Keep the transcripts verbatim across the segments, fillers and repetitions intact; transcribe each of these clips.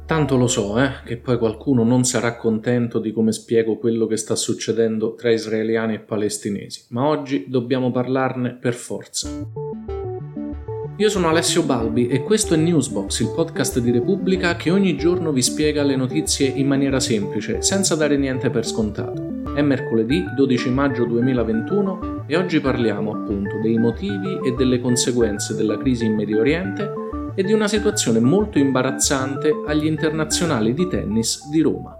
Tanto lo so, eh, che poi qualcuno non sarà contento di come spiego quello che sta succedendo tra israeliani e palestinesi, ma oggi dobbiamo parlarne per forza. Io sono Alessio Balbi e questo è Newsbox, il podcast di Repubblica che ogni giorno vi spiega le notizie in maniera semplice, senza dare niente per scontato. È mercoledì dodici maggio duemilaventuno e oggi parliamo appunto dei motivi e delle conseguenze della crisi in Medio Oriente e di una situazione molto imbarazzante agli internazionali di tennis di Roma.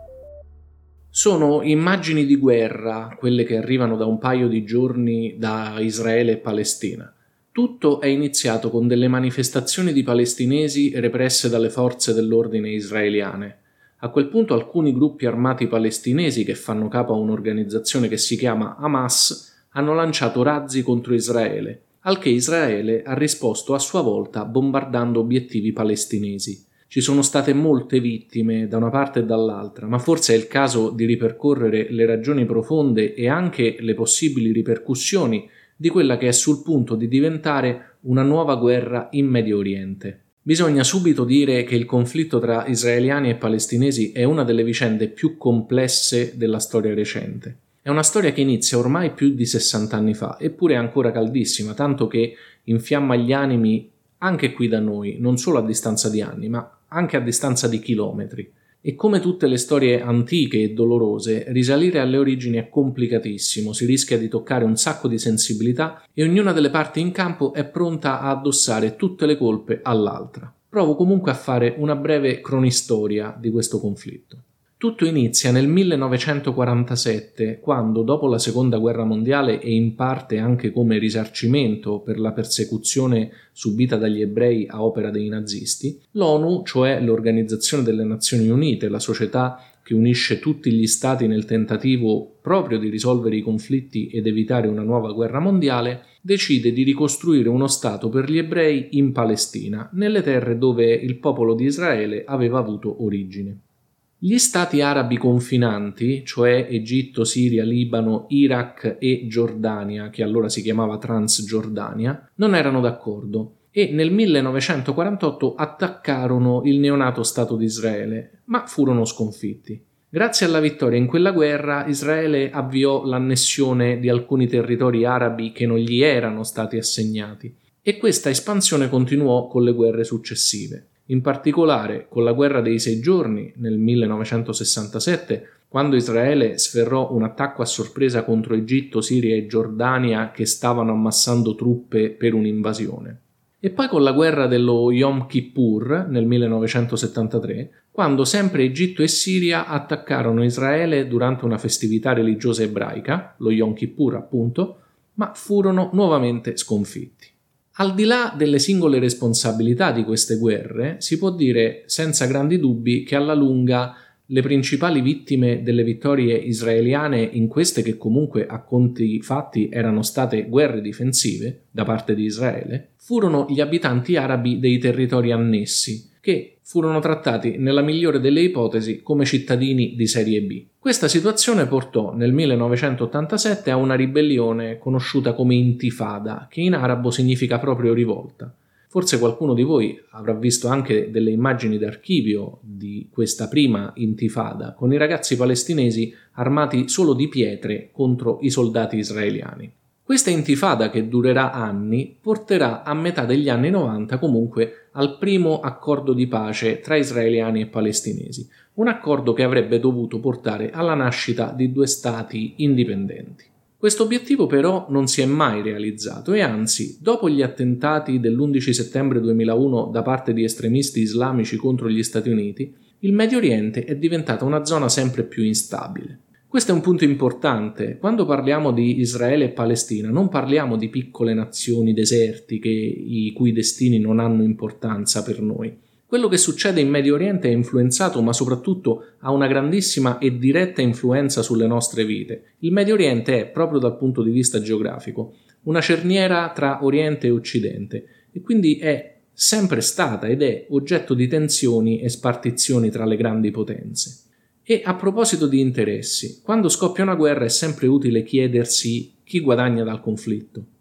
Sono immagini di guerra quelle che arrivano da un paio di giorni da Israele e Palestina. Tutto è iniziato con delle manifestazioni di palestinesi represse dalle forze dell'ordine israeliane. A quel punto alcuni gruppi armati palestinesi che fanno capo a un'organizzazione che si chiama Hamas hanno lanciato razzi contro Israele, al che Israele ha risposto a sua volta bombardando obiettivi palestinesi. Ci sono state molte vittime da una parte e dall'altra, ma forse è il caso di ripercorrere le ragioni profonde e anche le possibili ripercussioni di quella che è sul punto di diventare una nuova guerra in Medio Oriente. Bisogna subito dire che il conflitto tra israeliani e palestinesi è una delle vicende più complesse della storia recente. È una storia che inizia ormai più di sessanta anni fa, eppure è ancora caldissima, tanto che infiamma gli animi anche qui da noi, non solo a distanza di anni, ma anche a distanza di chilometri. E come tutte le storie antiche e dolorose, risalire alle origini è complicatissimo, si rischia di toccare un sacco di sensibilità e ognuna delle parti in campo è pronta a addossare tutte le colpe all'altra. Provo comunque a fare una breve cronistoria di questo conflitto. Tutto inizia nel millenovecentoquarantasette, quando, dopo la Seconda Guerra Mondiale e in parte anche come risarcimento per la persecuzione subita dagli ebrei a opera dei nazisti, l'ONU, cioè l'Organizzazione delle Nazioni Unite, la società che unisce tutti gli stati nel tentativo proprio di risolvere i conflitti ed evitare una nuova guerra mondiale, decide di ricostruire uno stato per gli ebrei in Palestina, nelle terre dove il popolo di Israele aveva avuto origine. Gli stati arabi confinanti, cioè Egitto, Siria, Libano, Iraq e Giordania, che allora si chiamava Transgiordania, non erano d'accordo e nel millenovecentoquarantotto attaccarono il neonato Stato di Israele, ma furono sconfitti. Grazie alla vittoria in quella guerra, Israele avviò l'annessione di alcuni territori arabi che non gli erano stati assegnati e questa espansione continuò con le guerre successive. In particolare con la guerra dei sei giorni nel millenovecentosessantasette, quando Israele sferrò un attacco a sorpresa contro Egitto, Siria e Giordania che stavano ammassando truppe per un'invasione. E poi con la guerra dello Yom Kippur nel millenovecentosettantatré, quando sempre Egitto e Siria attaccarono Israele durante una festività religiosa ebraica, lo Yom Kippur appunto, ma furono nuovamente sconfitti. Al di là delle singole responsabilità di queste guerre, si può dire senza grandi dubbi che alla lunga le principali vittime delle vittorie israeliane in queste che comunque a conti fatti erano state guerre difensive da parte di Israele, furono gli abitanti arabi dei territori annessi, che furono trattati nella migliore delle ipotesi come cittadini di serie B. Questa situazione portò nel millenovecentottantasette a una ribellione conosciuta come intifada, che in arabo significa proprio rivolta. Forse qualcuno di voi avrà visto anche delle immagini d'archivio di questa prima intifada, con i ragazzi palestinesi armati solo di pietre contro i soldati israeliani. Questa intifada, che durerà anni, porterà a metà degli anni novanta comunque al primo accordo di pace tra israeliani e palestinesi, un accordo che avrebbe dovuto portare alla nascita di due stati indipendenti. Questo obiettivo però non si è mai realizzato e anzi, dopo gli attentati dell'undici settembre duemilauno da parte di estremisti islamici contro gli Stati Uniti, il Medio Oriente è diventata una zona sempre più instabile. Questo è un punto importante. Quando parliamo di Israele e Palestina non parliamo di piccole nazioni desertiche i cui destini non hanno importanza per noi. Quello che succede in Medio Oriente è influenzato, ma soprattutto ha una grandissima e diretta influenza sulle nostre vite. Il Medio Oriente è, proprio dal punto di vista geografico, una cerniera tra Oriente e Occidente e quindi è sempre stata ed è oggetto di tensioni e spartizioni tra le grandi potenze. E a proposito di interessi, quando scoppia una guerra è sempre utile chiedersi chi guadagna dal conflitto.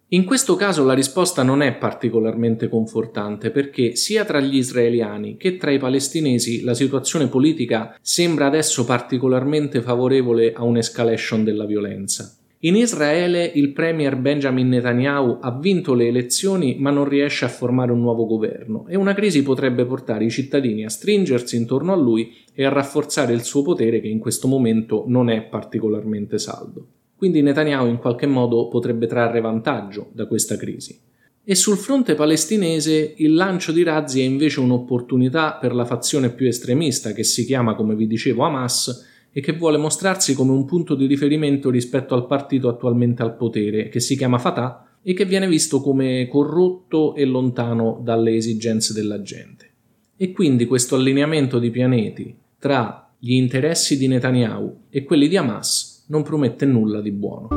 In questo caso la risposta non è particolarmente confortante perché sia tra gli israeliani che tra i palestinesi la situazione politica sembra adesso particolarmente favorevole a un'escalation della violenza. In Israele il premier Benjamin Netanyahu ha vinto le elezioni ma non riesce a formare un nuovo governo e una crisi potrebbe portare i cittadini a stringersi intorno a lui e a rafforzare il suo potere che in questo momento non è particolarmente saldo. Quindi Netanyahu in qualche modo potrebbe trarre vantaggio da questa crisi. E sul fronte palestinese il lancio di razzi è invece un'opportunità per la fazione più estremista che si chiama, come vi dicevo, Hamas e che vuole mostrarsi come un punto di riferimento rispetto al partito attualmente al potere, che si chiama Fatah e che viene visto come corrotto e lontano dalle esigenze della gente. E quindi questo allineamento di pianeti tra gli interessi di Netanyahu e quelli di Hamas non promette nulla di buono.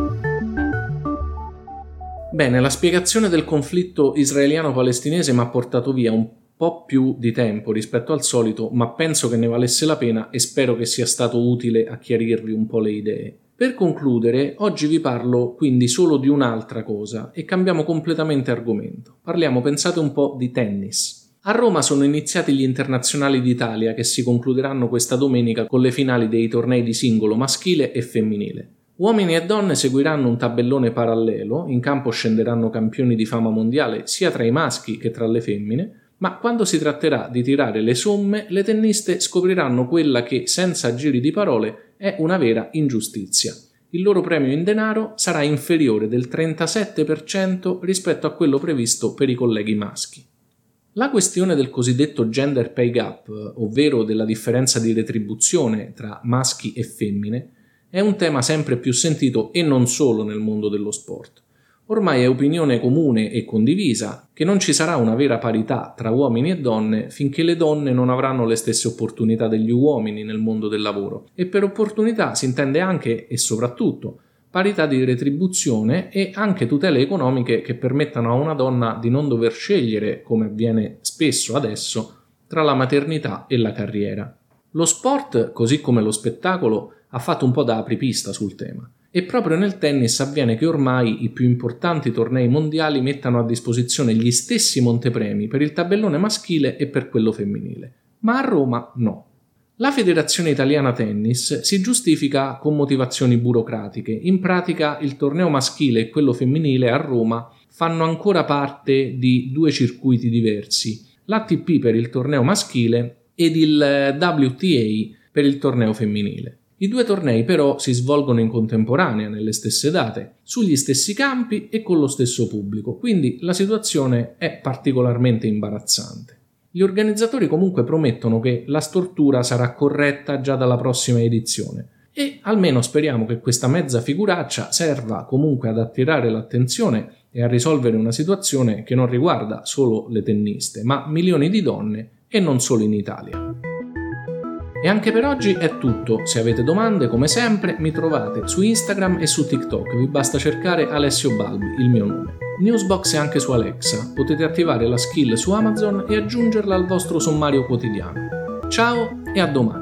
Bene, la spiegazione del conflitto israeliano-palestinese mi ha portato via un po' più di tempo rispetto al solito, ma penso che ne valesse la pena e spero che sia stato utile a chiarirvi un po' le idee. Per concludere, oggi vi parlo quindi solo di un'altra cosa e cambiamo completamente argomento. Parliamo, pensate un po', di tennis. A Roma sono iniziati gli internazionali d'Italia che si concluderanno questa domenica con le finali dei tornei di singolo maschile e femminile. Uomini e donne seguiranno un tabellone parallelo, in campo scenderanno campioni di fama mondiale sia tra i maschi che tra le femmine, ma quando si tratterà di tirare le somme, le tenniste scopriranno quella che, senza giri di parole, è una vera ingiustizia. Il loro premio in denaro sarà inferiore del trentasette per cento rispetto a quello previsto per i colleghi maschi. La questione del cosiddetto gender pay gap, ovvero della differenza di retribuzione tra maschi e femmine, è un tema sempre più sentito e non solo nel mondo dello sport. Ormai è opinione comune e condivisa che non ci sarà una vera parità tra uomini e donne finché le donne non avranno le stesse opportunità degli uomini nel mondo del lavoro. E per opportunità si intende anche e soprattutto parità di retribuzione e anche tutele economiche che permettano a una donna di non dover scegliere, come avviene spesso adesso, tra la maternità e la carriera. Lo sport, così come lo spettacolo, ha fatto un po' da apripista sul tema. E proprio nel tennis avviene che ormai i più importanti tornei mondiali mettano a disposizione gli stessi montepremi per il tabellone maschile e per quello femminile. Ma a Roma no. La Federazione Italiana Tennis si giustifica con motivazioni burocratiche. In pratica il torneo maschile e quello femminile a Roma fanno ancora parte di due circuiti diversi, l'A T P per il torneo maschile ed il W T A per il torneo femminile. I due tornei però si svolgono in contemporanea, nelle stesse date, sugli stessi campi e con lo stesso pubblico, quindi la situazione è particolarmente imbarazzante. Gli organizzatori comunque promettono che la stortura sarà corretta già dalla prossima edizione e almeno speriamo che questa mezza figuraccia serva comunque ad attirare l'attenzione e a risolvere una situazione che non riguarda solo le tenniste, ma milioni di donne e non solo in Italia. E anche per oggi è tutto. Se avete domande, come sempre, mi trovate su Instagram e su TikTok. Vi basta cercare Alessio Balbi, il mio nome. Newsbox è anche su Alexa. Potete attivare la skill su Amazon e aggiungerla al vostro sommario quotidiano. Ciao e a domani!